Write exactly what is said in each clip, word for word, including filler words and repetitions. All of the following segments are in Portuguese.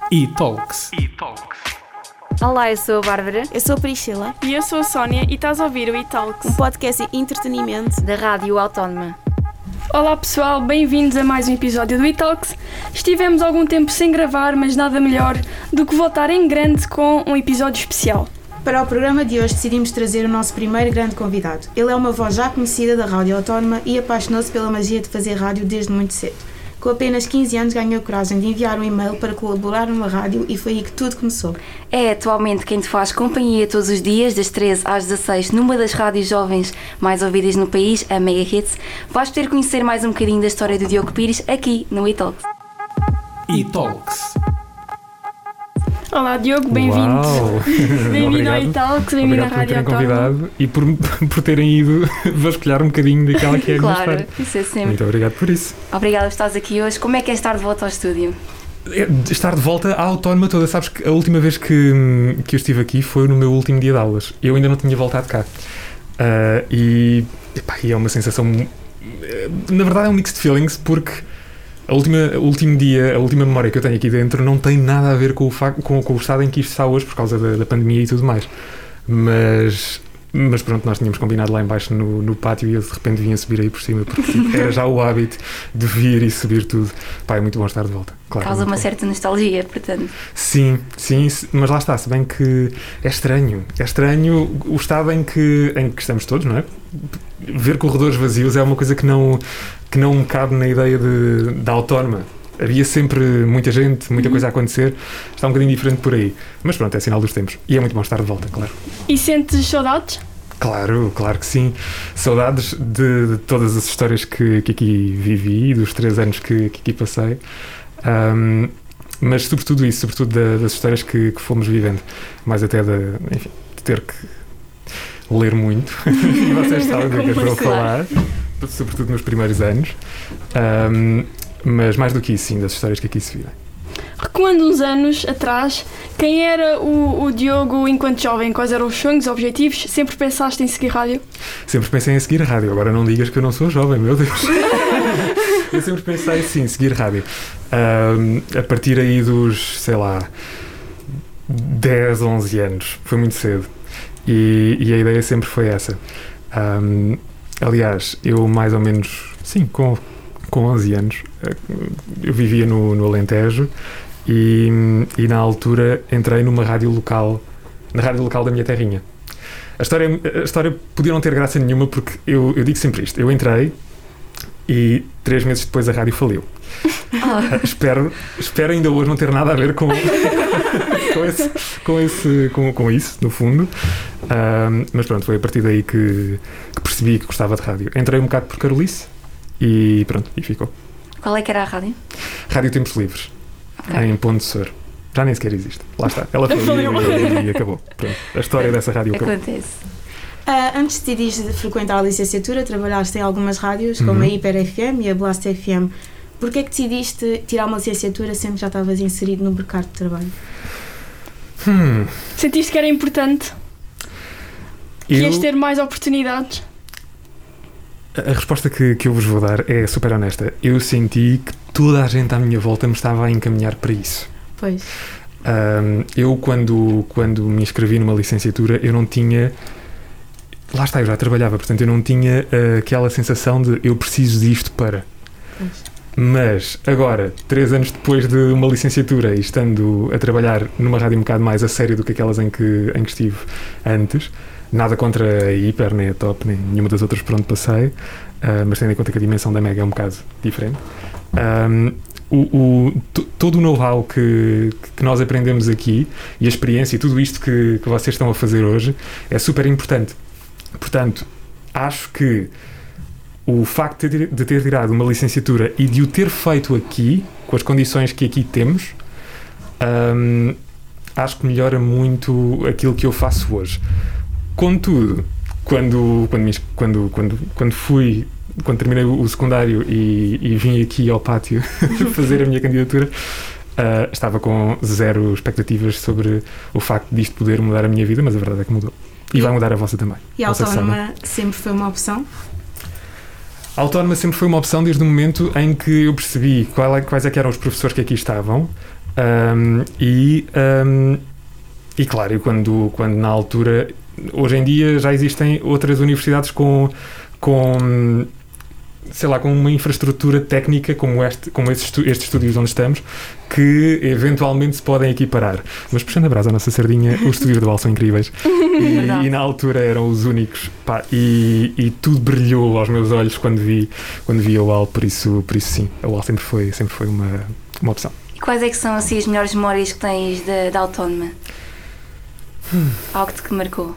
E-Talks. Olá, eu sou a Bárbara. Eu sou a Priscila. E eu sou a Sónia e estás a ouvir o E-Talks, um podcast de entretenimento da Rádio Autónoma. Olá pessoal, bem-vindos a mais um episódio do E-Talks. Estivemos algum tempo sem gravar, mas nada melhor do que voltar em grande com um episódio especial. Para o programa de hoje decidimos trazer o nosso primeiro grande convidado. Ele é uma voz já conhecida da Rádio Autónoma e apaixonou-se pela magia de fazer rádio desde muito cedo. Com apenas quinze anos ganhou a coragem de enviar um e-mail para colaborar numa rádio e foi aí que tudo começou. É atualmente quem te faz companhia todos os dias, das treze às dezasseis, numa das rádios jovens mais ouvidas no país, a Mega Hits. Vais poder conhecer mais um bocadinho da história do Diogo Pires aqui no E-Talks. E-Talks. Olá Diogo, bem-vindo. Bem-vindo ao E-Talks, bem-vindo à Rádio Autónoma. E por, por terem ido vasculhar um bocadinho daquela que é a minha Claro, história. isso é sempre. Muito obrigado por isso. Obrigada por estares aqui hoje. Como é que é estar de volta ao estúdio? Estar de volta à Autónoma toda. Sabes que a última vez que, que eu estive aqui foi no meu último dia de aulas. Eu ainda não tinha voltado cá. Uh, e, epá, e é uma sensação... Na verdade é um mixed feelings, porque a última, o último dia, a última memória que eu tenho aqui dentro não tem nada a ver com o, facto, com, com o estado em que isto está hoje, por causa da, da pandemia e tudo mais. Mas... Mas pronto, nós tínhamos combinado lá em baixo no, no pátio e eu de repente vinha subir aí por cima, porque tipo, era já o hábito de vir e subir tudo. Pá, é muito bom estar de volta. Claro, Causa uma bom. certa nostalgia, portanto. Sim, sim, mas lá está, se bem que é estranho. É estranho o estado em que, em que estamos todos, não é? Ver corredores vazios é uma coisa que não, que não me cabe na ideia de, da Autónoma. Havia sempre muita gente, muita coisa a acontecer. Está um bocadinho diferente por aí. Mas pronto, é sinal dos tempos. E é muito bom estar de volta, claro. E sentes saudades? Claro, claro que sim. Saudades de, de todas as histórias que, que aqui vivi, dos três anos que, que aqui passei. Um, mas sobretudo isso, sobretudo da, das histórias que, que fomos vivendo. Mais até de, enfim, de ter que ler muito. E vocês sabem do que eu estou a falar. Sobretudo nos primeiros anos. Um, Mas mais do que isso, sim, das histórias que aqui se vivem. Recuando uns anos atrás, quem era o, o Diogo enquanto jovem? Quais eram os sonhos, objetivos? Sempre pensaste em seguir rádio? Sempre pensei em seguir rádio. Agora não digas que eu não sou jovem, meu Deus. Eu sempre pensei, sim, seguir rádio. Um, a partir aí dos, sei lá, dez, onze anos. Foi muito cedo. E, e a ideia sempre foi essa. Um, aliás, eu mais ou menos, sim, com... com onze anos, eu vivia no, no Alentejo e, e na altura entrei numa rádio local, na rádio local da minha terrinha. A história, a história podia não ter graça nenhuma porque eu, eu digo sempre isto, eu entrei e três meses depois a rádio faliu. Oh. espero, espero ainda hoje não ter nada a ver com, com, esse, com, esse, com, com isso, no fundo. Um, mas pronto, foi a partir daí que, que percebi que gostava de rádio. Entrei um bocado por Carolice. E pronto, e ficou. Qual é que era a rádio? Rádio Tempos Livres, okay. Em Ponte de Sor. Já nem sequer existe. Lá está. Ela foi e, e acabou. Pronto. A história dessa rádio acabou. Acontece. Uh, antes de decidires frequentar a licenciatura, trabalhaste em algumas rádios, como uhum. a Hiper F M e a Blast F M. Porquê é que decidiste tirar uma licenciatura sendo que já estavas inserido no mercado de trabalho? Hum. Sentiste que era importante? Eu... Querias ter mais oportunidades? A resposta que, que eu vos vou dar é super honesta. Eu senti que toda a gente à minha volta me estava a encaminhar para isso. Pois. Um, eu, quando, quando me inscrevi numa licenciatura, eu não tinha... Lá está, eu já trabalhava, portanto eu não tinha uh, aquela sensação de eu preciso disto para... Pois. Mas, agora, três anos depois de uma licenciatura e estando a trabalhar numa rádio um bocado mais a sério do que aquelas em que, em que estive antes... Nada contra a Hiper, nem a Top, nem nenhuma das outras por onde passei, uh, mas tendo em conta que a dimensão da Mega é um bocado diferente. Um, o, o, t- todo o know-how que, que nós aprendemos aqui e a experiência e tudo isto que, que vocês estão a fazer hoje é super importante. Portanto, acho que o facto de ter, de ter tirado uma licenciatura e de o ter feito aqui, com as condições que aqui temos, um, acho que melhora muito aquilo que eu faço hoje. Contudo, quando, quando, quando, quando, quando fui, quando terminei o secundário e, e vim aqui ao pátio fazer a minha candidatura, uh, estava com zero expectativas sobre o facto disto poder mudar a minha vida, mas a verdade é que mudou. E, e vai mudar a vossa também. E a Autónoma sempre foi uma opção? A Autónoma sempre foi uma opção desde o momento em que eu percebi qual é, quais é que eram os professores que aqui estavam, Um, e, um, e claro, eu quando, quando na altura, hoje em dia já existem outras universidades com, com sei lá, com uma infraestrutura técnica como, este, como estes, estes estúdios onde estamos, que eventualmente se podem equiparar. Mas puxando a brasa à nossa sardinha, os estúdios do U A L são incríveis. E, e na altura eram os únicos. Pá, e, e tudo brilhou aos meus olhos quando vi, quando vi a U A L, por isso, por isso sim, a U A L sempre foi, sempre foi uma, uma opção. E quais é que são assim, as melhores memórias que tens da, da Autónoma? Hum. Algo que te marcou?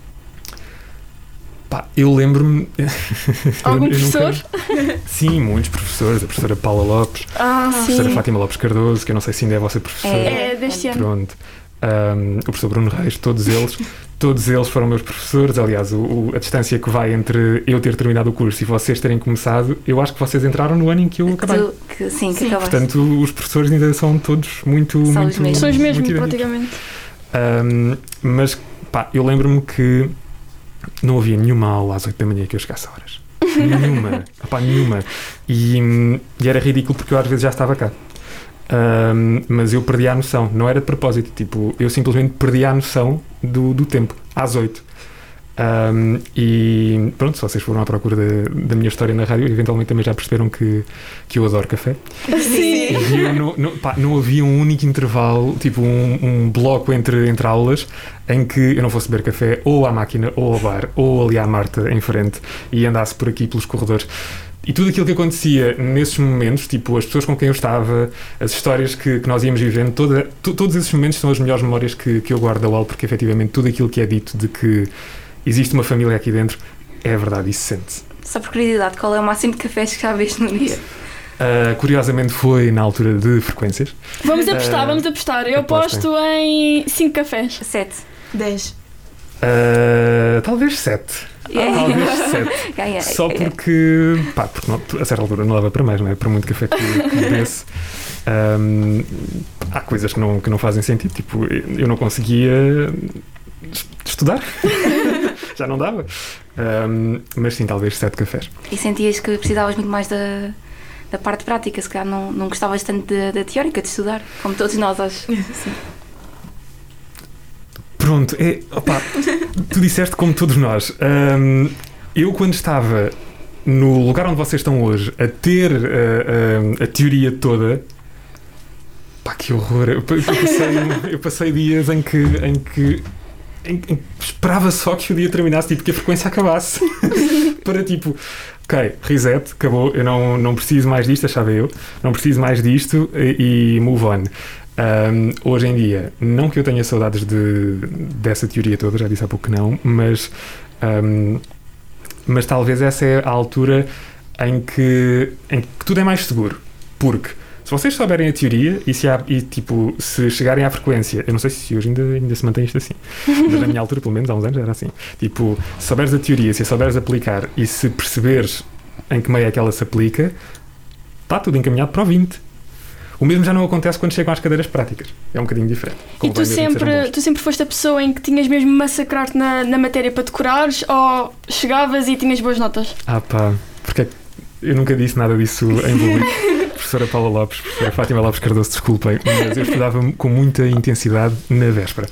Pá, eu lembro-me... Algum eu, eu professor? Nunca... Sim, muitos professores. A professora Paula Lopes, ah, a professora sim. Fátima Lopes Cardoso, que eu não sei se ainda é a vossa professora. É, é deste ano. Pronto. Um, o professor Bruno Reis, todos eles, todos eles foram meus professores. Aliás, o, o, a distância que vai entre eu ter terminado o curso e vocês terem começado, eu acho que vocês entraram no ano em que eu acabei. Tu, que, sim, que sim. Portanto, os professores ainda são todos muito... São muito, os mesmos. São os mesmos, praticamente. Um, mas, pá, eu lembro-me que não havia nenhuma aula às oito da manhã que eu chegasse a horas. Nenhuma. Opá, nenhuma. E, e era ridículo porque eu às vezes já estava cá. Um, mas eu perdi a noção. Não era de propósito. Tipo, eu simplesmente perdi a noção do, do tempo. Às oito. Um, e pronto, se vocês foram à procura da, da minha história na rádio, eventualmente também já perceberam que, que eu adoro café. Sim. E eu não, não, pá, não havia um único intervalo, tipo um, um bloco entre, entre aulas em que eu não fosse beber café ou à máquina, ou ao bar, ou ali à Marta em frente e andasse por aqui pelos corredores. E tudo aquilo que acontecia nesses momentos, tipo as pessoas com quem eu estava, as histórias que, que nós íamos vivendo, toda, to, todos esses momentos são as melhores memórias que, que eu guardo da U A L, porque efetivamente tudo aquilo que é dito de que existe uma família aqui dentro, é verdade, isso sente-se. Só por curiosidade, qual é o máximo de cafés que já viste no dia? Uh, curiosamente foi na altura de frequências. Vamos apostar, uh, vamos apostar. Eu aposto em cinco cafés. sete. dez. Uh, talvez sete. Yeah. Talvez sete. Yeah, yeah, Só yeah. porque, pá, porque não, a certa altura não dava para mais, não é? Para muito café que, que desse. Um, há coisas que não, que não fazem sentido. Tipo, eu não conseguia estudar. Já não dava. Um, mas sim, talvez sete cafés. E sentias que precisavas muito mais da, da parte prática? Se calhar não, não gostavas tanto da, da teórica de estudar, como todos nós, acho. Sim. Pronto, é, opa, tu disseste como todos nós. Um, eu, quando estava no lugar onde vocês estão hoje, a ter uh, uh, a teoria toda, pá, que horror! Eu, eu, passei, eu passei dias em que, em que em, em, esperava só que o dia terminasse, tipo, que a frequência acabasse. Para tipo, ok, reset, acabou, eu não, não preciso mais disto, achava eu, não preciso mais disto e, e move on. Um, hoje em dia, não que eu tenha saudades de, dessa teoria toda, já disse há pouco que não, mas, um, mas talvez essa é a altura em que, em que tudo é mais seguro, porque se vocês souberem a teoria e, se, há, e tipo, se chegarem à frequência, eu não sei se hoje ainda, ainda se mantém isto assim, mas na minha altura, pelo menos há uns anos, era assim, tipo, se souberes a teoria, se a souberes aplicar e se perceberes em que meio é que ela se aplica, está tudo encaminhado para o vinte. O mesmo já não acontece quando chegam às cadeiras práticas. É um bocadinho diferente. E tu sempre, tu sempre foste a pessoa em que tinhas mesmo massacrar-te na, na matéria para decorares, ou chegavas e tinhas boas notas? Ah pá, porque eu nunca disse nada disso em público. Professora Paula Lopes, professora Fátima Lopes Cardoso, desculpem, mas eu estudava com muita intensidade na véspera.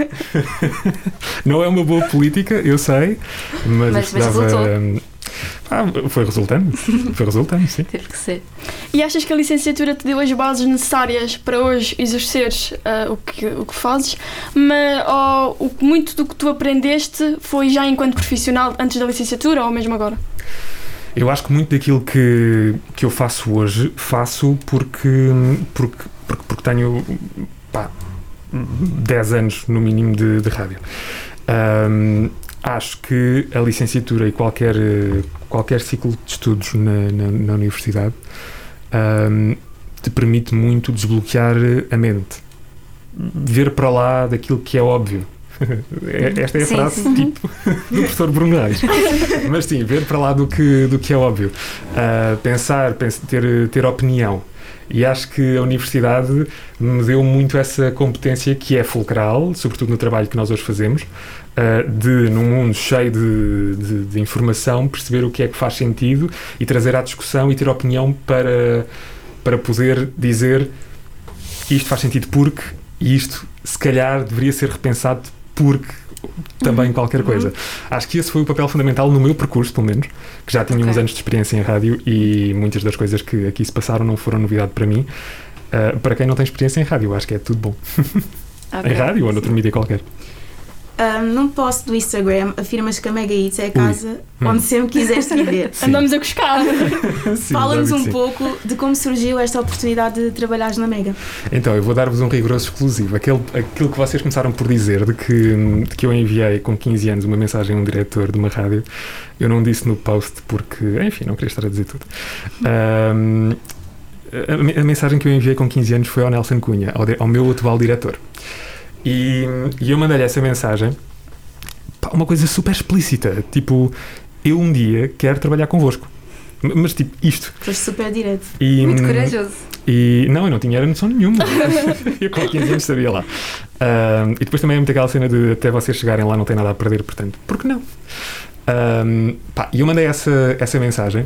Não é uma boa política, eu sei, mas, mas eu estudava... Ah, foi resultando, foi resultando, sim. Teve que ser. E achas que a licenciatura te deu as bases necessárias para hoje exerceres uh, o, que, o que fazes, mas oh, o, muito do que tu aprendeste foi já enquanto profissional antes da licenciatura ou mesmo agora? Eu acho que muito daquilo que, que eu faço hoje, faço porque, porque, porque, porque tenho pá, dez anos no mínimo de, de rádio. Um, Acho que a licenciatura e qualquer, qualquer ciclo de estudos na, na, na universidade um, te permite muito desbloquear a mente. Ver para lá daquilo que é óbvio. Esta é a sim, frase sim. tipo do professor Bruno Reis. Mas sim, ver para lá do que, do que é óbvio. Uh, pensar, pens- ter, ter opinião. E acho que a universidade me deu muito essa competência que é fulcral, sobretudo no trabalho que nós hoje fazemos, de, num mundo cheio de, de, de informação, perceber o que é que faz sentido e trazer à discussão e ter opinião para, para poder dizer isto faz sentido porque, e isto se calhar deveria ser repensado porque também uhum. qualquer coisa. Uhum. Acho que esse foi o papel fundamental no meu percurso, pelo menos, que já tinha okay. uns anos de experiência em rádio e muitas das coisas que aqui se passaram não foram novidade para mim. Uh, para quem não tem experiência em rádio, acho que é tudo bom. Okay. Em rádio ou noutro mídia qualquer. Um, num post do Instagram afirmas que a Mega Hits é a casa Ui. onde hum. sempre quiseste viver. Andamos a buscar. Fala-nos um sim. pouco de como surgiu esta oportunidade de trabalhares na Mega. Então, eu vou dar-vos um rigoroso exclusivo. Aquele, aquilo que vocês começaram por dizer de que, de que eu enviei com quinze anos uma mensagem a um diretor de uma rádio, eu não disse no post porque, enfim, não queria estar a dizer tudo. Um, a, a mensagem que eu enviei com quinze anos foi ao Nelson Cunha, ao, de, ao meu atual diretor. E, e eu mandei-lhe essa mensagem, pá, uma coisa super explícita, tipo, eu um dia quero trabalhar convosco, mas tipo, isto. Foste super direto. E, muito corajoso. E não, eu não tinha noção nenhuma. Eu com quinze anos sabia lá. Um, e depois também é muito aquela cena de até vocês chegarem lá não tem nada a perder, portanto, por que não? Um, pá, e eu mandei essa, essa mensagem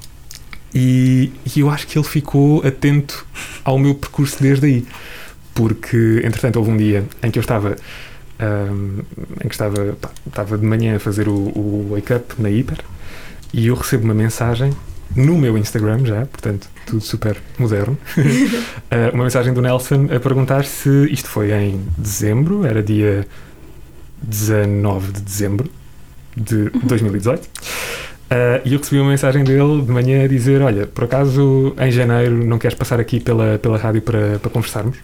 e, e eu acho que ele ficou atento ao meu percurso desde aí. Porque, entretanto, houve um dia em que eu estava um, em que estava, pá, estava de manhã a fazer o, o wake-up na Hiper e eu recebo uma mensagem no meu Instagram já, portanto, tudo super moderno, uma mensagem do Nelson a perguntar se isto foi em dezembro, era dia dezanove de dezembro de dois mil e dezoito, uh, e eu recebi uma mensagem dele de manhã a dizer, olha, por acaso em janeiro não queres passar aqui pela, pela rádio para, para conversarmos?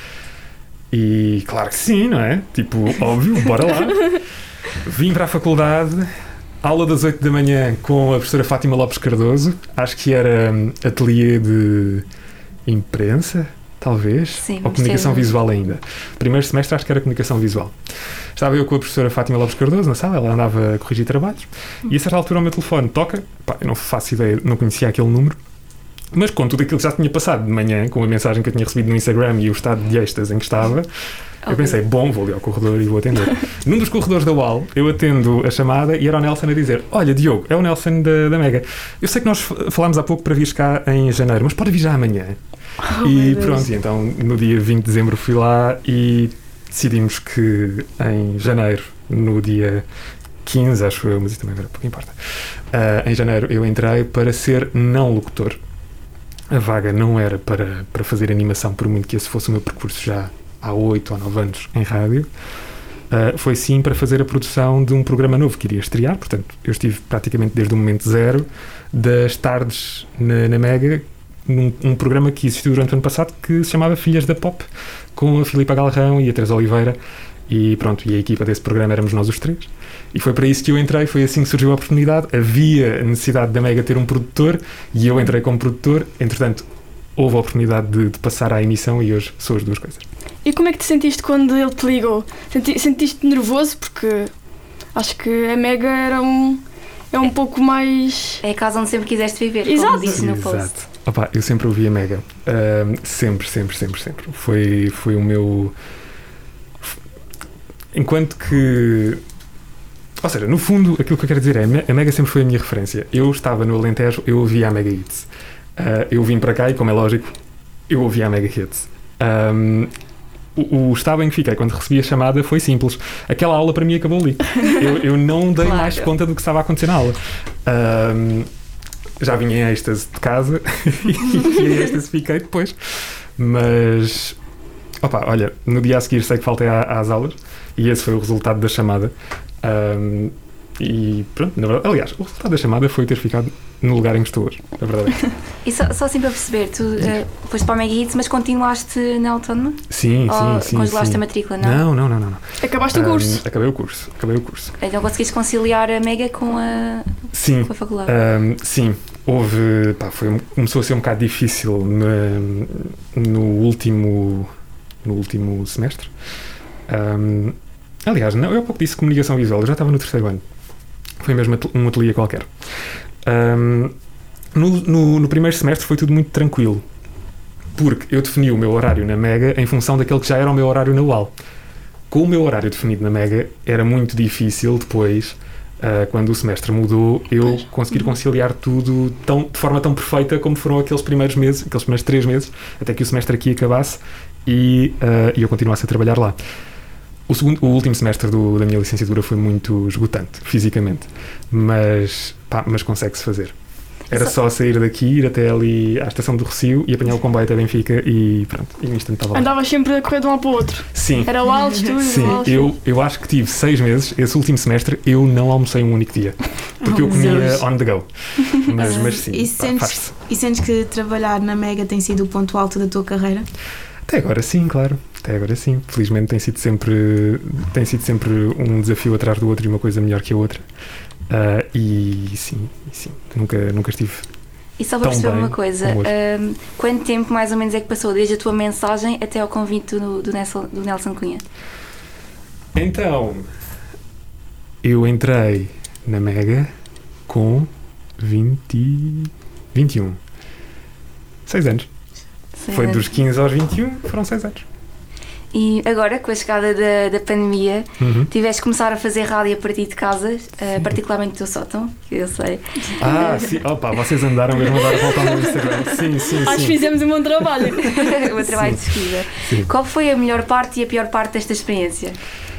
E claro que sim, não é? Tipo, óbvio, bora lá. Vim para a faculdade, aula das oito da manhã com a professora Fátima Lopes Cardoso, acho que era um, ateliê de imprensa, talvez, sim, ou comunicação ter... visual ainda. Primeiro semestre acho que era comunicação visual. Estava eu com a professora Fátima Lopes Cardoso na sala, ela andava a corrigir trabalhos, e a certa altura o meu telefone toca, pá, eu não faço ideia, não conhecia aquele número, mas com tudo aquilo que já tinha passado de manhã, com a mensagem que eu tinha recebido no Instagram e o estado de êxtase em que estava, okay. eu pensei, bom, vou ali ao corredor e vou atender. Num dos corredores da U A L, eu atendo a chamada e era o Nelson a dizer, olha, Diogo, é o Nelson da, da Mega. Eu sei que nós falámos há pouco para vir cá em janeiro, mas pode vir já amanhã. Oh, e pronto, e então no dia vinte de dezembro fui lá e decidimos que em janeiro, no dia quinze, acho eu, mas isso também agora pouco importa, uh, em janeiro eu entrei para ser não locutor. A vaga não era para, para fazer animação, por muito que esse fosse o meu percurso já há oito ou nove anos em rádio. Uh, foi sim para fazer a produção de um programa novo que iria estrear, portanto eu estive praticamente desde o momento zero das tardes na, na Mega, num um programa que existiu durante o ano passado que se chamava Filhas da Pop, com a Filipa Galrão e a Teresa Oliveira. E pronto, e a equipa desse programa éramos nós os três. E foi para isso que eu entrei, foi assim que surgiu a oportunidade. Havia a necessidade da Mega ter um produtor e eu entrei como produtor. Entretanto, houve a oportunidade de, de passar à emissão e hoje sou as duas coisas. E como é que te sentiste quando ele te ligou? Senti, sentiste nervoso? Porque acho que a Mega era um, é um é, pouco mais... É a casa onde sempre quiseste viver, Exato. como disse no post. Exato. Opa, eu sempre ouvi a Mega. Uh, sempre, sempre, sempre, sempre. Foi, foi o meu... Enquanto que... Ou seja, no fundo, aquilo que eu quero dizer é a Mega sempre foi a minha referência. Eu estava no Alentejo, eu ouvia a Mega Hits. Uh, eu vim para cá e, como é lógico, eu ouvia a Mega Hits. Um, o, o estado em que fiquei quando recebi a chamada foi simples. Aquela aula para mim acabou ali. Eu, eu não dei claro. mais conta do que estava a acontecer na aula. Um, já vinha em êxtase de casa e em êxtase fiquei depois. Mas... Opa, olha, no dia a seguir sei que faltei às aulas e esse foi o resultado da chamada. Um, e pronto, na verdade, aliás, o resultado da chamada foi ter ficado no lugar em que estou hoje, na verdade. E só, só assim para perceber, tu uh, foste para a Mega Hits, mas continuaste na Autónoma? Sim, Ou sim, sim. Congelaste sim. a matrícula, não? Não, não, não, não. Acabaste um, o curso? Acabei o curso, acabei o curso. Então conseguiste conciliar a Mega com a, sim, com a faculdade? Um, sim, houve, pá, foi, começou a ser um bocado difícil no, no último... no último semestre. Um, aliás, não, eu há pouco disse comunicação visual, eu já estava no terceiro ano. Foi mesmo um ateliê qualquer. Um, no, no, no primeiro semestre foi tudo muito tranquilo, porque eu defini o meu horário na Mega em função daquele que já era o meu horário na U A L. Com o meu horário definido na Mega, era muito difícil depois, uh, quando o semestre mudou, eu conseguir conciliar tudo tão, de forma tão perfeita como foram aqueles primeiros meses, aqueles primeiros três meses, até que o semestre aqui acabasse. e, uh, e eu continuasse a trabalhar lá. O, segundo, o último semestre do, da minha licenciatura foi muito esgotante, fisicamente, mas, pá, mas consegue-se fazer. Era só sair daqui, ir até ali à estação do Rossio e apanhar o comboio até Benfica e pronto, e no instante estava lá. Andavas sempre a correr de um lado para o outro. Sim. Era o aulas, tudo. Sim, aulas, eu, eu acho que tive seis meses, esse último semestre, eu não almocei um único dia. Porque Oh, eu comia Deus. on the go. Mas, mas sim, E pá, sentes, faz-se. e sentes que trabalhar na Mega tem sido o ponto alto da tua carreira? Até agora sim, claro. Até agora sim. Felizmente tem sido sempre, tem sido sempre um desafio atrás do outro e uma coisa melhor que a outra. Uh, e sim, e sim. Nunca, nunca estive... E só para Tão perceber bem uma coisa, como hoje. hum, quanto tempo mais ou menos é que passou desde a tua mensagem até ao convite do, do, Nelson, do Nelson Cunha? Então, eu entrei na Mega com vinte, vinte e um. seis anos. Sei, Foi né? dos quinze aos vinte e um, foram seis anos. E agora, com a chegada da, da pandemia, Uhum. tiveste que começar a fazer rádio a partir de casa, uh, particularmente do teu sótão, que eu sei. Ah, sim. Opa, vocês andaram mesmo a dar a volta ao meu Instagram. Sim, sim, Acho que sim. fizemos um bom trabalho. o meu trabalho de pesquisa. Sim. Qual foi a melhor parte e a pior parte desta experiência?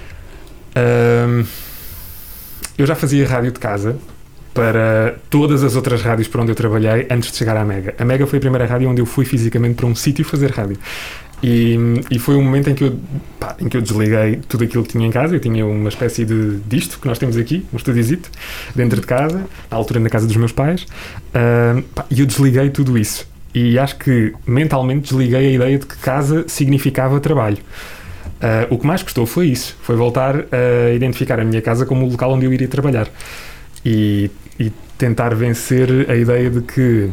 Ahm, eu já fazia rádio de casa para todas as outras rádios por onde eu trabalhei antes de chegar à Mega. A Mega foi a primeira rádio onde eu fui fisicamente para um sítio fazer rádio. E, e foi um momento em que, eu, pá, em que eu desliguei tudo aquilo que tinha em casa. Eu tinha uma espécie de disto que nós temos aqui, um estudiozito, dentro de casa, na altura na casa dos meus pais, uh, pá, e eu desliguei tudo isso. E acho que mentalmente desliguei a ideia de que casa significava trabalho. Uh, o que mais custou foi isso, foi voltar a identificar a minha casa como o local onde eu iria trabalhar. E, e tentar vencer a ideia de que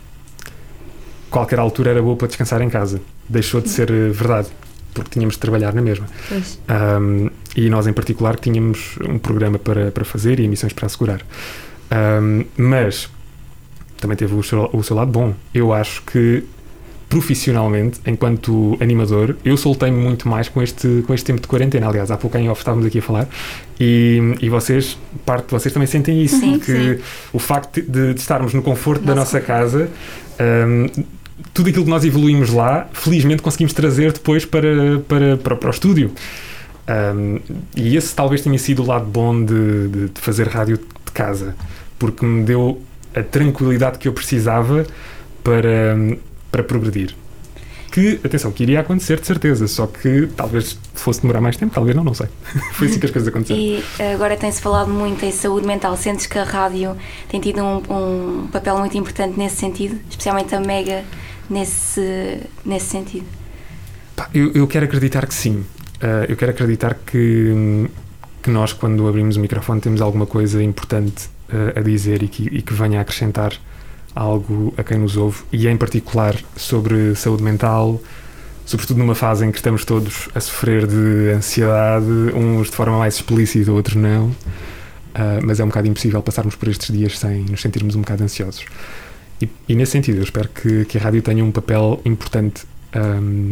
qualquer altura era boa para descansar em casa. Deixou de ser verdade, porque tínhamos de trabalhar na mesma. Pois. Um, e nós, em particular, tínhamos um programa para, para fazer e emissões para assegurar. Um, mas também teve o seu, o seu lado bom. Eu acho que, profissionalmente, enquanto animador, eu soltei-me muito mais com este, com este tempo de quarentena. Aliás, há pouco em off estávamos aqui a falar e, e vocês, parte de vocês também sentem isso, Sim, que sim. o facto de, de estarmos no conforto da Nossa. nossa casa, um, tudo aquilo que nós evoluímos lá, felizmente conseguimos trazer depois para, para, para, para o estúdio. Um, e esse talvez tenha sido o lado bom de, de, de fazer rádio de casa, porque me deu a tranquilidade que eu precisava para, para progredir. Que, atenção, que iria acontecer de certeza, só que talvez fosse demorar mais tempo, talvez não, não sei. Foi assim que as coisas aconteceram. E agora tem-se falado muito em saúde mental. Sentes que a rádio tem tido um, um papel muito importante nesse sentido, especialmente a Mega nesse, nesse sentido? Pá, eu, eu quero acreditar que sim. Uh, eu quero acreditar que, que nós, quando abrimos o microfone, temos alguma coisa importante uh, a dizer e que, e que venha a acrescentar algo a quem nos ouve, e em particular sobre saúde mental, sobretudo numa fase em que estamos todos a sofrer de ansiedade, uns de forma mais explícita, outros não, uh, mas é um bocado impossível passarmos por estes dias sem nos sentirmos um bocado ansiosos. E, e nesse sentido, eu espero que, que a rádio tenha um papel importante um,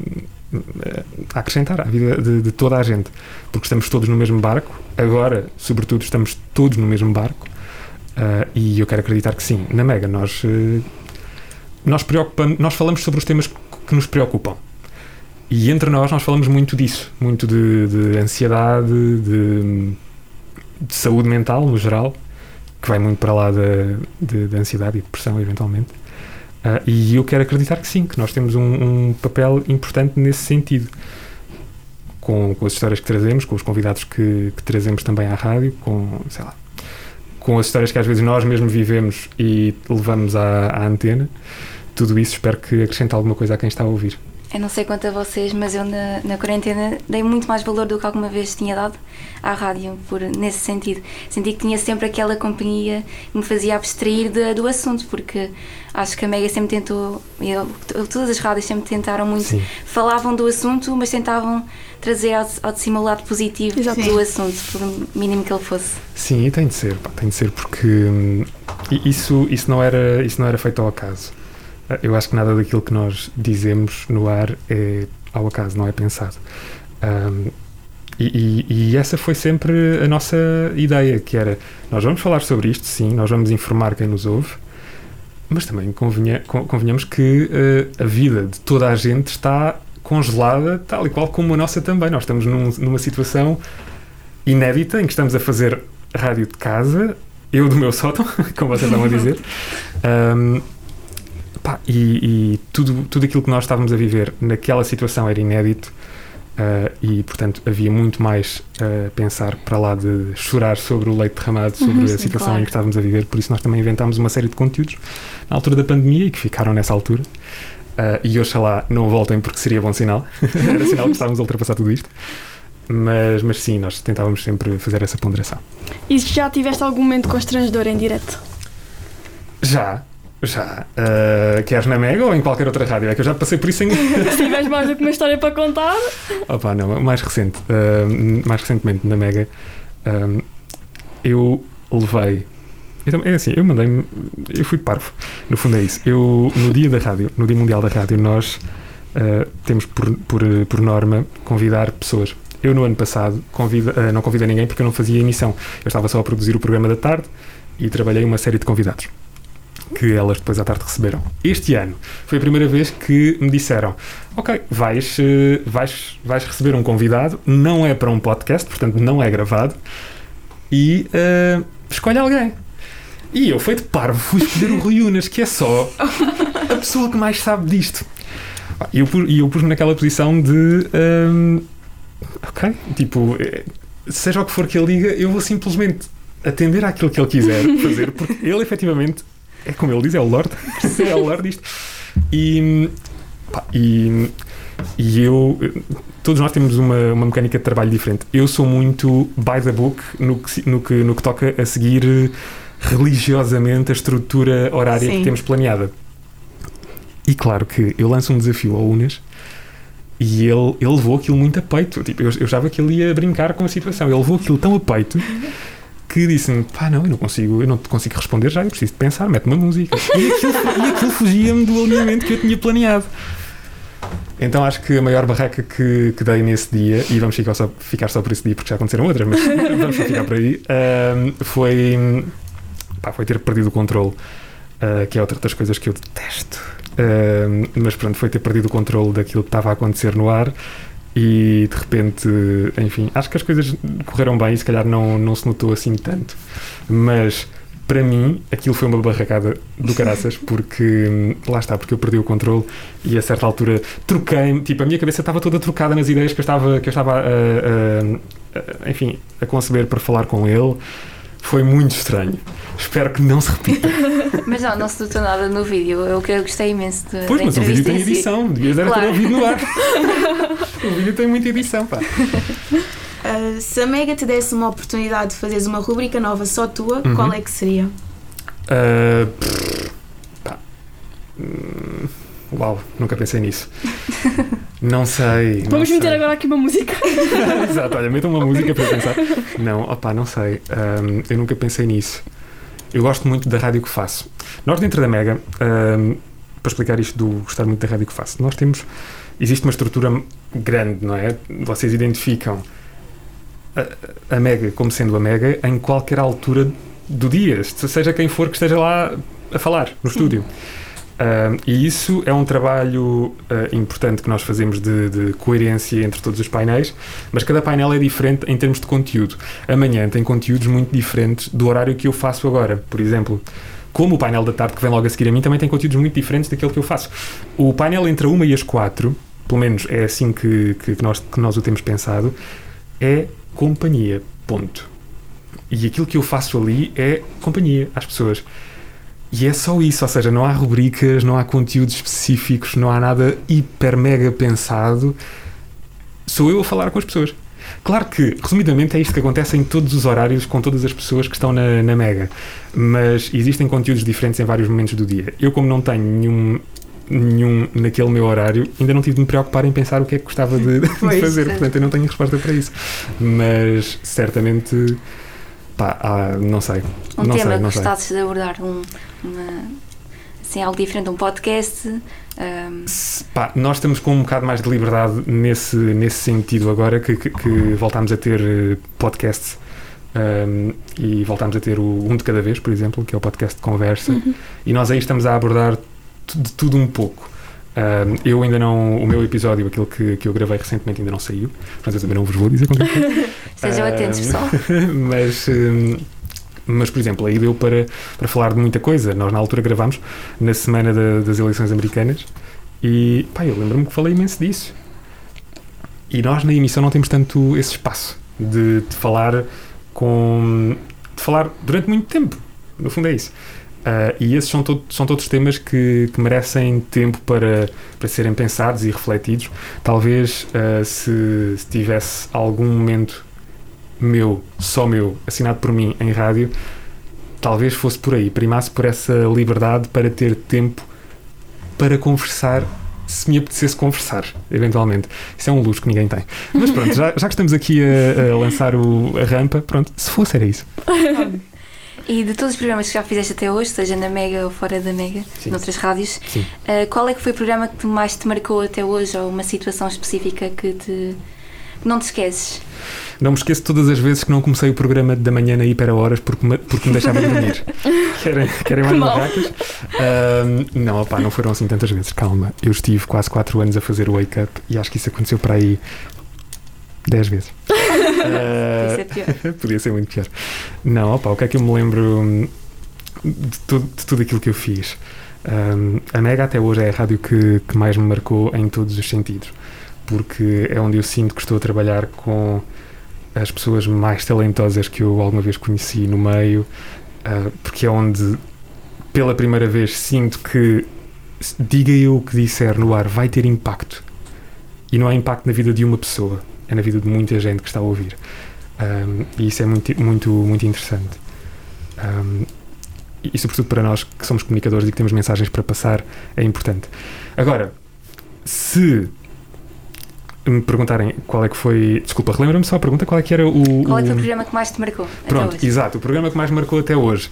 a acrescentar à vida de, de toda a gente, porque estamos todos no mesmo barco. Agora, sobretudo, estamos todos no mesmo barco. Uh, e eu quero acreditar que sim. Na Mega nós, uh, nós, preocupamos, nós falamos sobre os temas que nos preocupam, e entre nós nós falamos muito disso, muito de, de ansiedade, de, de saúde mental no geral, que vai muito para lá da de, de ansiedade e depressão eventualmente. Uh, e eu quero acreditar que sim, que nós temos um, um papel importante nesse sentido, com, com as histórias que trazemos, com os convidados que, que trazemos também à rádio, com, sei lá, com as histórias que às vezes nós mesmos vivemos e levamos à, à antena. Tudo isso espero que acrescente alguma coisa a quem está a ouvir. Eu não sei quanto a vocês, mas eu na, na quarentena dei muito mais valor do que alguma vez tinha dado à rádio, por, nesse sentido. Senti que tinha sempre aquela companhia que me fazia abstrair de, do assunto, porque acho que a Mega sempre tentou, eu, todas as rádios sempre tentaram muito, Sim. falavam do assunto, mas tentavam trazer ao, ao de cima o lado positivo Exato. do assunto, por mínimo que ele fosse. Sim, e tem de ser, pá, tem de ser, porque hum, isso, isso, não era, isso não era feito ao acaso. Eu acho que nada daquilo que nós dizemos no ar é ao acaso, não é pensado. Um, e, e, e essa foi sempre a nossa ideia, que era, nós vamos falar sobre isto, sim, nós vamos informar quem nos ouve, mas também convenha, convenhamos que uh, a vida de toda a gente está congelada, tal e qual como a nossa também. Nós estamos num, numa situação inédita em que estamos a fazer rádio de casa, eu do meu sótão, como vocês estavam a dizer, um, pá, e, e tudo, tudo aquilo que nós estávamos a viver naquela situação era inédito. Uh, e, portanto, havia muito mais a uh, pensar para lá de chorar sobre o leite derramado, sobre uhum, a situação claro. Em que estávamos a viver. Por isso nós também inventámos uma série de conteúdos na altura da pandemia e que ficaram nessa altura. Uh, e oxalá não voltem, porque seria bom sinal. Era sinal que estávamos a ultrapassar tudo isto. Mas, mas sim, nós tentávamos sempre fazer essa ponderação. E já tiveste algum momento constrangedor em direto? Já. Já. Uh, queres na Mega ou em qualquer outra rádio? É que eu já passei por isso em... Se tiveres mais do que uma história para contar... Opa, não, mais recente. Uh, mais recentemente na Mega, uh, eu levei... Eu, é assim, eu mandei-me... Eu fui parvo. No fundo é isso. Eu, no dia da rádio, no Dia Mundial da Rádio, nós uh, temos por, por, por norma convidar pessoas. Eu, no ano passado, convida, uh, não convidei ninguém porque eu não fazia emissão. Eu estava só a produzir o programa da tarde e trabalhei uma série de convidados que elas depois à tarde receberam. Este ano foi a primeira vez que me disseram: ok, vais, vais, vais receber um convidado, não é para um podcast, portanto não é gravado, e uh, escolhe alguém. E eu, feito parvo, fui escolher o Rui Unas, que é só a pessoa que mais sabe disto. E eu, eu pus-me naquela posição de um, ok, tipo, seja o que for que ele diga, eu vou simplesmente atender àquilo que ele quiser fazer, porque ele efetivamente é como ele diz, é o Lorde. É o Lorde disto. E, pá, e, e eu... Todos nós temos uma, uma mecânica de trabalho diferente. Eu sou muito by the book no que, no que, no que toca a seguir religiosamente a estrutura horária Sim. que temos planeada. E claro que eu lanço um desafio ao Unas e ele, ele levou aquilo muito a peito. Tipo, eu, eu achava que ele ia brincar com a situação. Ele levou aquilo tão a peito que disse-me: pá, não, eu não consigo, eu não te consigo responder já, eu preciso de pensar, mete uma música. E aquilo, e aquilo fugia-me do alinhamento que eu tinha planeado. Então acho que a maior barraca que, que dei nesse dia, e vamos ficar só, ficar só por esse dia porque já aconteceram outras, mas vamos só ficar por aí, uh, foi, pá, foi ter perdido o controle, uh, que é outra das coisas que eu detesto. Uh, mas pronto, foi ter perdido o controle daquilo que estava a acontecer no ar. E de repente, enfim, acho que as coisas correram bem e se calhar não, não se notou assim tanto. Mas para mim aquilo foi uma barracada do caraças, porque lá está, porque eu perdi o controle e a certa altura troquei-me, tipo, a minha cabeça estava toda trocada nas ideias que eu estava, que eu estava a, a, a, enfim, a conceber para falar com ele. Foi muito estranho. Espero que não se repita. Mas não, não se notou nada no vídeo. Eu, eu gostei imenso de, pois, da mas o vídeo tem si. edição. Devias era claro. ter o vídeo no ar. O vídeo tem muita edição, pá. Uh, se a Mega te desse uma oportunidade de fazeres uma rubrica nova só tua, uhum. qual é que seria? Uh, pff, pá. Hum, uau, nunca pensei nisso. Não sei. Vamos não meter sei. agora aqui uma música. Exato, olha, metam uma música para pensar. Não, opá, não sei. Um, eu nunca pensei nisso. Eu gosto muito da rádio que faço. Nós dentro da Mega, um, para explicar isto do gostar muito da rádio que faço, nós temos, existe uma estrutura grande, não é? Vocês identificam a, a Mega como sendo a Mega em qualquer altura do dia, seja quem for que esteja lá a falar no Sim. estúdio. Uh, e isso é um trabalho uh, importante que nós fazemos de, de coerência entre todos os painéis, mas cada painel é diferente em termos de conteúdo. Amanhã tem conteúdos muito diferentes do horário que eu faço agora. Por exemplo, como o painel da tarde que vem logo a seguir a mim também tem conteúdos muito diferentes daquele que eu faço. O painel entre a uma e as quatro, pelo menos é assim que, que, que, nós, que nós o temos pensado, é companhia, ponto. E aquilo que eu faço ali é companhia às pessoas. E é só isso, ou seja, não há rubricas, não há conteúdos específicos, não há nada hiper mega pensado. Sou eu a falar com as pessoas. Claro que, resumidamente, é isto que acontece em todos os horários com todas as pessoas que estão na, na Mega. Mas existem conteúdos diferentes em vários momentos do dia. Eu, como não tenho nenhum, nenhum naquele meu horário, ainda não tive de me preocupar em pensar o que é que gostava de, de fazer. Portanto, eu não tenho resposta para isso. Mas, certamente... Pá, ah, não sei. Um não tema sei, que não gostasses sei. de abordar, um, uma, assim, algo diferente, um podcast? Um... Pá, nós estamos com um bocado mais de liberdade nesse, nesse sentido agora que, que, que voltámos a ter podcasts um, e voltámos a ter o Um de Cada Vez, por exemplo, que é o podcast de conversa, uhum. e nós aí estamos a abordar de tudo um pouco. Uh, eu ainda não, o meu episódio, aquele que, que eu gravei recentemente, ainda não saiu, portanto eu também não vos vou dizer com quem foi. Estejam atentos, pessoal. Mas, um, mas, por exemplo, aí deu para, para falar de muita coisa. Nós na altura gravámos na semana da, das eleições americanas e pá, eu lembro-me que falei imenso disso. E nós na emissão não temos tanto esse espaço de, de falar com de falar durante muito tempo. No fundo é isso. Uh, e esses são, todo, são todos temas que, que merecem tempo para, para serem pensados e refletidos. Talvez uh, se, se tivesse algum momento meu, só meu, assinado por mim em rádio, talvez fosse por aí, primasse por essa liberdade para ter tempo para conversar, se me apetecesse conversar, eventualmente. Isso é um luxo que ninguém tem. Mas pronto, já, já que estamos aqui a, a lançar o, a rampa, pronto, se fosse era isso. E de todos os programas que já fizeste até hoje, seja na Mega ou fora da Mega, Sim. noutras rádios, Sim. Uh, qual é que foi o programa que mais te marcou até hoje, ou uma situação específica que, te, que não te esqueces? Não me esqueço todas as vezes que não comecei o programa da manhã na Hiper a horas porque me, porque me deixava dormir. Querem, querem mais barracas? Uh, não, opá, não foram assim tantas vezes. Calma, eu estive quase quatro anos a fazer o Wake Up e acho que isso aconteceu para aí dez vezes. Podia ser pior. Podia ser muito pior. Não, opa, o que é que eu me lembro de tudo, de tudo aquilo que eu fiz? Um, a Mega até hoje é a rádio que, que mais me marcou em todos os sentidos, porque é onde eu sinto que estou a trabalhar com as pessoas mais talentosas que eu alguma vez conheci no meio, uh, porque é onde pela primeira vez sinto que diga eu o que disser no ar vai ter impacto, e não há impacto na vida de uma pessoa, é na vida de muita gente que está a ouvir. Um, e isso é muito, muito, muito interessante. Um, e sobretudo para nós que somos comunicadores e que temos mensagens para passar, é importante. Agora, se me perguntarem qual é que foi... Desculpa, relembra-me só a pergunta, qual é que era o... Qual é que foi o o programa que mais te marcou Pronto, até hoje? exato, o programa que mais me marcou até hoje.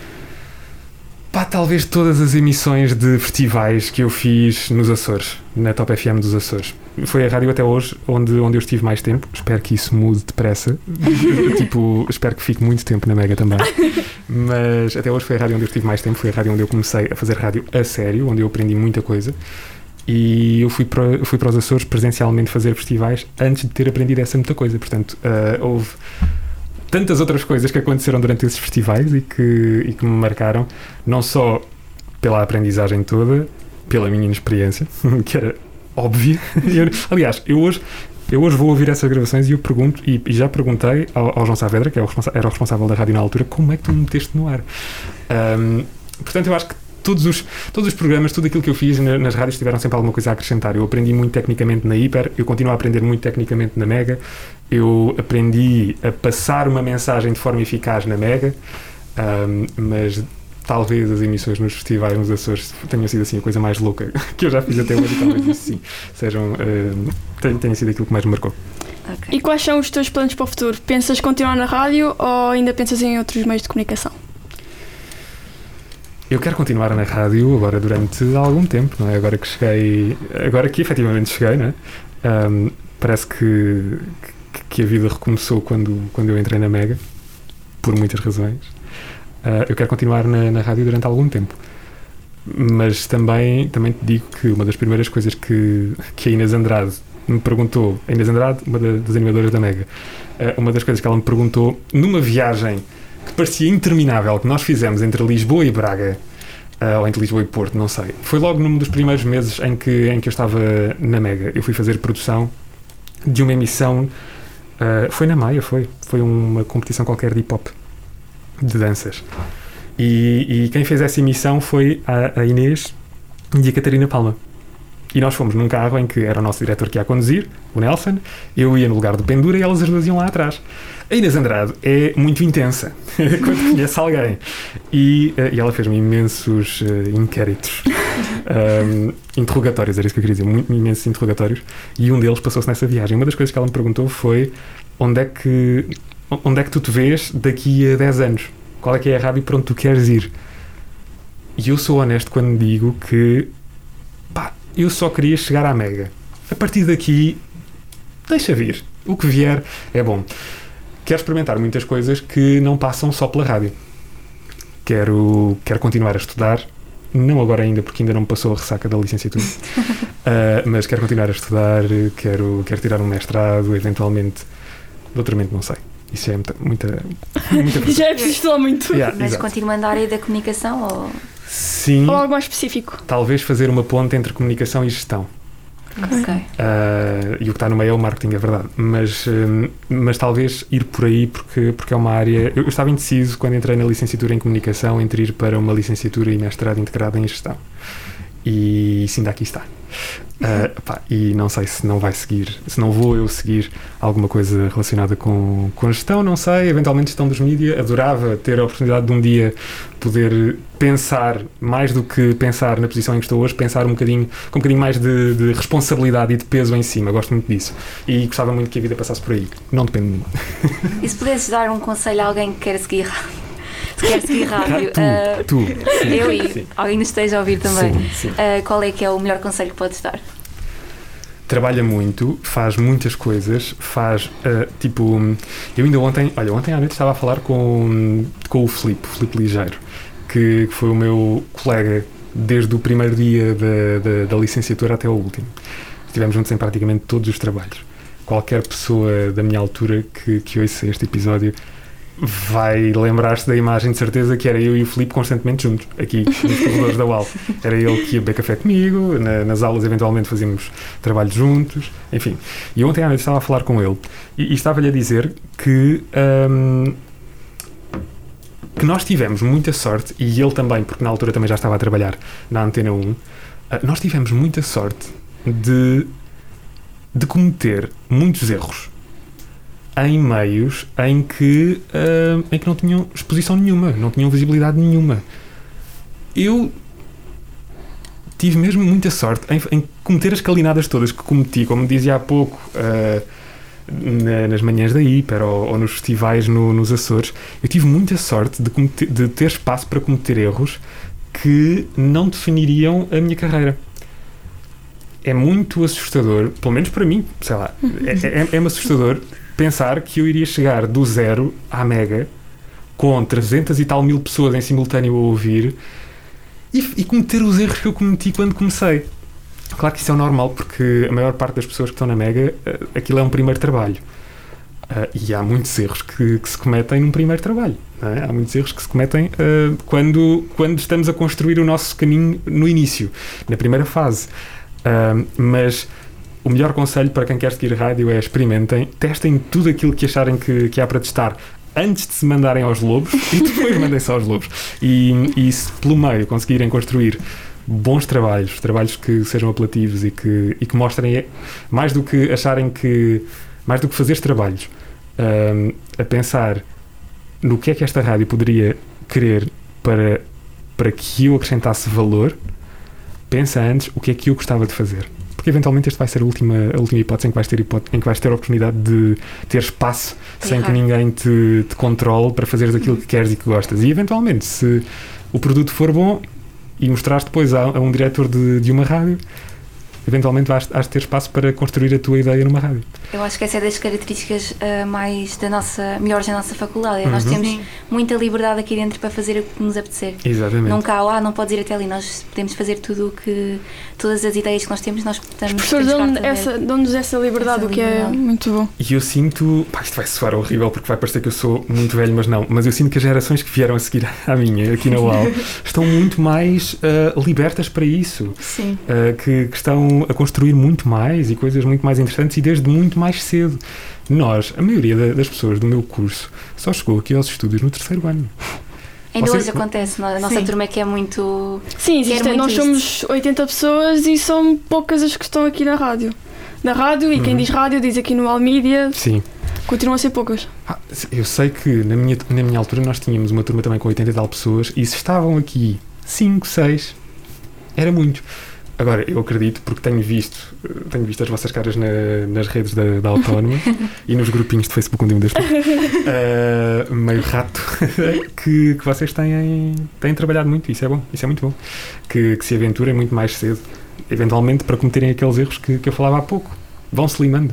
Pá, talvez todas as emissões de festivais que eu fiz nos Açores, na Top F M dos Açores. Foi a rádio até hoje onde, onde eu estive mais tempo. Espero que isso mude depressa. Tipo, espero que fique muito tempo na Mega também. Mas até hoje foi a rádio onde eu estive mais tempo. Foi a rádio onde eu comecei a fazer rádio a sério, onde eu aprendi muita coisa. E eu fui para, eu fui para os Açores presencialmente fazer festivais antes de ter aprendido essa muita coisa. Portanto, uh, houve tantas outras coisas que aconteceram durante esses festivais e que, e que me marcaram, não só pela aprendizagem toda, pela minha inexperiência, que era óbvia. Eu, aliás, eu hoje, eu hoje vou ouvir essas gravações e eu pergunto, e, e já perguntei ao, ao João Saavedra, que é o era o responsável da rádio na altura, como é que tu me meteste no ar? Um, portanto, eu acho que todos os, todos os programas, tudo aquilo que eu fiz na, nas rádios tiveram sempre alguma coisa a acrescentar. Eu aprendi muito tecnicamente na Hiper, eu continuo a aprender muito tecnicamente na Mega, eu aprendi a passar uma mensagem de forma eficaz na Mega, um, mas talvez as emissões nos festivais nos Açores tenham sido assim a coisa mais louca que eu já fiz até hoje, e talvez isso sim sejam, um, tenha, tenha sido aquilo que mais me marcou. Okay. E quais são os teus planos para o futuro? Pensas continuar na rádio ou ainda pensas em outros meios de comunicação? Eu quero continuar na rádio agora durante algum tempo, não é? Agora que cheguei, agora que efetivamente cheguei, não é? Um, parece que, que a vida recomeçou quando, quando eu entrei na Mega, por muitas razões. Uh, eu quero continuar na, na rádio durante algum tempo. Mas também, também te digo que uma das primeiras coisas que, que a Inês Andrade me perguntou, a Inês Andrade, uma da, das animadoras da Mega, uh, uma das coisas que ela me perguntou numa viagem que parecia interminável, que nós fizemos entre Lisboa e Braga, uh, ou entre Lisboa e Porto, não sei. Foi logo num dos primeiros meses em que, em que eu estava na Mega. Eu fui fazer produção de uma emissão, uh, foi na Maia, foi. Foi uma competição qualquer de hip-hop, de danças. E, e quem fez essa emissão foi a, a Inês e a Catarina Palma. E nós fomos num carro em que era o nosso diretor que ia a conduzir, o Nelson, eu ia no lugar do Pendura e elas as duas iam lá atrás. A Inês Andrade é muito intensa quando conhece alguém. E, uh, e ela fez-me imensos uh, inquéritos, um, interrogatórios, era isso que eu queria dizer, muito, imensos interrogatórios, e um deles passou-se nessa viagem. Uma das coisas que ela me perguntou foi onde é que, onde é que tu te vês daqui a dez anos? Qual é que é a rádio para onde tu queres ir? E eu sou honesto quando digo que pá, eu só queria chegar à Mega. A partir daqui, deixa vir. O que vier é bom. Quero experimentar muitas coisas que não passam só pela rádio. Quero, quero continuar a estudar não agora ainda, porque ainda não me passou a ressaca da licenciatura, uh, mas quero continuar a estudar, quero, quero tirar um mestrado, eventualmente, doutoramento, não sei. Isso é muita... muita, muita Já é preciso estudar muito. Yeah, Mas exato. continuando a área da comunicação ou... Sim, Ou algo mais específico. talvez fazer uma ponte entre comunicação e gestão. Ok. Uh, e o que está no meio é o marketing, é verdade. Mas, um, mas talvez ir por aí, porque, porque é uma área... Eu, eu estava indeciso quando entrei na licenciatura em comunicação entre ir para uma licenciatura e mestrado integrado em gestão. E isso ainda aqui está. Uh, pá, e não sei se não vai seguir, se não vou eu seguir alguma coisa relacionada com, com gestão, não sei, eventualmente gestão dos mídias. Adorava ter a oportunidade de um dia poder pensar, mais do que pensar na posição em que estou hoje, pensar um bocadinho, com um bocadinho mais de, de responsabilidade e de peso em cima. Gosto muito disso e gostava muito que a vida passasse por aí. Não depende de mim. E se pudesses dar um conselho a alguém que quer seguir se quer seguir rádio, tu, uh, tu. Sim, eu e sim. alguém nos esteja a ouvir também, Sim, sim. Uh, qual é que é o melhor conselho que podes dar? Trabalha muito, faz muitas coisas, faz, uh, tipo, eu ainda ontem, olha, ontem à noite estava a falar com, com o Filipe, o Filipe Ligeiro, que, que foi o meu colega desde o primeiro dia da, da, da licenciatura até o último. Estivemos juntos em praticamente todos os trabalhos. Qualquer pessoa da minha altura que, que ouça este episódio vai lembrar-se da imagem de certeza que era eu e o Filipe constantemente juntos, aqui nos corredores da U A L. Era ele que ia beber café comigo, na, nas aulas eventualmente fazíamos trabalho juntos, enfim. E ontem à noite estava a falar com ele e, e estava-lhe a dizer que, hum, que nós tivemos muita sorte, e ele também, porque na altura também já estava a trabalhar na Antena um, nós tivemos muita sorte de, de cometer muitos erros em meios em que, uh, em que não tinham exposição nenhuma, não tinham visibilidade nenhuma. Eu tive mesmo muita sorte em, em cometer as calinadas todas que cometi, como dizia há pouco, uh, na, nas manhãs da Hiper ou, ou nos festivais no, nos Açores. Eu tive muita sorte de, cometer, de ter espaço para cometer erros que não definiriam a minha carreira. É muito assustador, pelo menos para mim, sei lá, é, é, é-me assustador pensar que eu iria chegar do zero à mega com trezentas e tal mil pessoas em simultâneo a ouvir e, e cometer os erros que eu cometi quando comecei. Claro que isso é o normal, porque a maior parte das pessoas que estão na mega, aquilo é um primeiro trabalho. Uh, e há muitos erros que, que se cometem num primeiro trabalho. Não é? Há muitos erros que se cometem uh, quando, quando estamos a construir o nosso caminho no início, na primeira fase. Uh, mas o melhor conselho para quem quer seguir rádio é experimentem, testem tudo aquilo que acharem que, que há para testar antes de se mandarem aos lobos e depois mandem-se aos lobos. E, e se pelo meio conseguirem construir bons trabalhos, trabalhos que sejam apelativos e que, e que mostrem, mais do que acharem que, mais do que fazer trabalhos, um, a pensar no que é que esta rádio poderia querer para, para que eu acrescentasse valor, pensa antes o que é que eu gostava de fazer. Porque eventualmente este vai ser a última, a última hipótese em que vais ter, hipótese, em que vais ter a oportunidade de ter espaço é sem raro. que ninguém te, te controle para fazeres aquilo que queres e que gostas. E eventualmente, se o produto for bom e mostrares depois a, a um diretor de, de uma rádio, eventualmente vais, vais ter espaço para construir a tua ideia numa rádio. Eu acho que essa é das características uh, mais da nossa, melhores da nossa faculdade. É, uhum. Nós temos muita liberdade aqui dentro para fazer o que nos apetecer. Exatamente. Nunca há, ah, não podes ir até ali. Nós podemos fazer tudo o que, todas as ideias que nós temos, nós podemos. Os professores dão-nos essa, dão-nos essa liberdade, essa o que liberdade. É muito bom. E eu sinto, pá, isto vai soar horrível porque vai parecer que eu sou muito velho, mas não, mas eu sinto que as gerações que vieram a seguir à minha, aqui na U A L, estão muito mais uh, libertas para isso. Sim. Uh, que, que estão a construir muito mais e coisas muito mais interessantes e desde muito mais cedo. Nós, a maioria da, das pessoas do meu curso só chegou aqui aos estudos no terceiro ano. Ainda Ou hoje seja, acontece, a nossa sim. turma é que é muito... Sim, existe, muito nós isto. somos oitenta pessoas e são poucas as que estão aqui na rádio. Na rádio, e quem uhum. diz rádio diz aqui no Almídia. Sim. Continuam a ser poucas. Ah, eu sei que na minha, na minha altura nós tínhamos uma turma também com oitenta e tal pessoas e se estavam aqui cinco, seis, era muito. Agora, eu acredito, porque tenho visto, tenho visto as vossas caras na, nas redes da, da Autónoma e nos grupinhos de Facebook onde um destes, uh, meio rato, que, que vocês têm, têm trabalhado muito. Isso é bom, isso é muito bom. Que, que se aventurem muito mais cedo, eventualmente para cometerem aqueles erros que, que eu falava há pouco. Vão-se limando.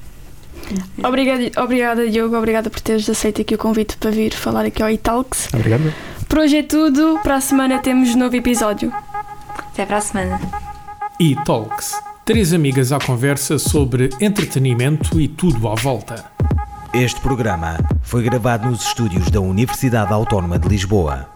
Obrigada, obrigada, Diogo. Obrigada por teres aceito aqui o convite para vir falar aqui ao iTalks. Obrigado. Por hoje é tudo. Para a semana temos um novo episódio. Até para a semana. E-Talks. Três amigas à conversa sobre entretenimento e tudo à volta. Este programa foi gravado nos estúdios da Universidade Autónoma de Lisboa.